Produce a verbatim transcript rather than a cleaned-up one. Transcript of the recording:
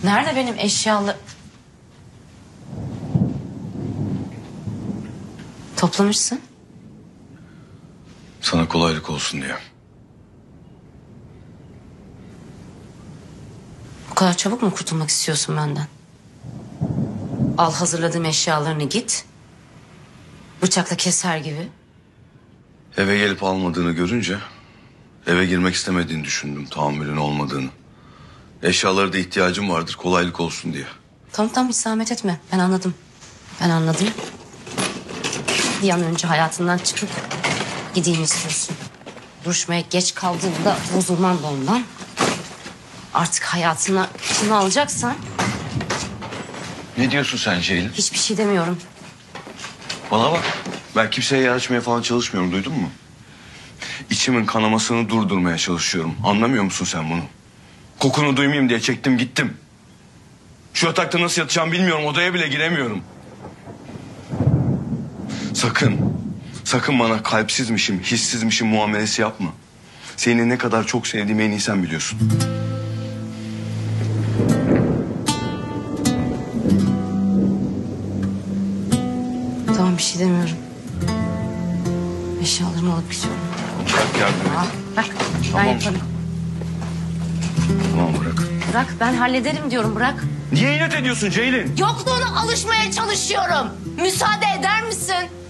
Nerede benim eşyalı... Toplamışsın. Sana kolaylık olsun diye. Bu kadar çabuk mu kurtulmak istiyorsun benden? Al hazırladığım eşyalarını git. Bıçakla keser gibi. Eve gelip almadığını görünce eve girmek istemediğini düşündüm. Tahammülün olmadığını. Eşyalara da ihtiyacım vardır kolaylık olsun diye. Tamam tamam hiç zahmet etme. Ben anladım. Ben anladım. Bir an önce hayatından çıkıp gideyim istiyorsun. Duruşmaya geç kaldığında bozulman da ondan. Artık hayatına kimi alacaksan... Ne diyorsun sen Ceylin? Hiçbir şey demiyorum. Bana bak. Ben kimseye yer açmaya falan çalışmıyorum, duydun mu? İçimin kanamasını durdurmaya çalışıyorum. Anlamıyor musun sen bunu? Kokunu duymayayım diye çektim gittim. Şu yatakta nasıl yatacağım bilmiyorum. Odaya bile giremiyorum. Sakın, sakın bana kalpsizmişim, hissizmişim muamelesi yapma. Seni ne kadar çok sevdiğimi en iyi sen biliyorsun. Tamam bir şey demiyorum. Eşyalarımı alıp gidiyorum. Bırak yardım et. Al, bırak ben Tamam. yaparım. Tamam bırak. Bırak ben hallederim diyorum bırak. Niye inat ediyorsun Ceylin? Yokluğuna alışmaya çalışıyorum. Müsaade eder misin?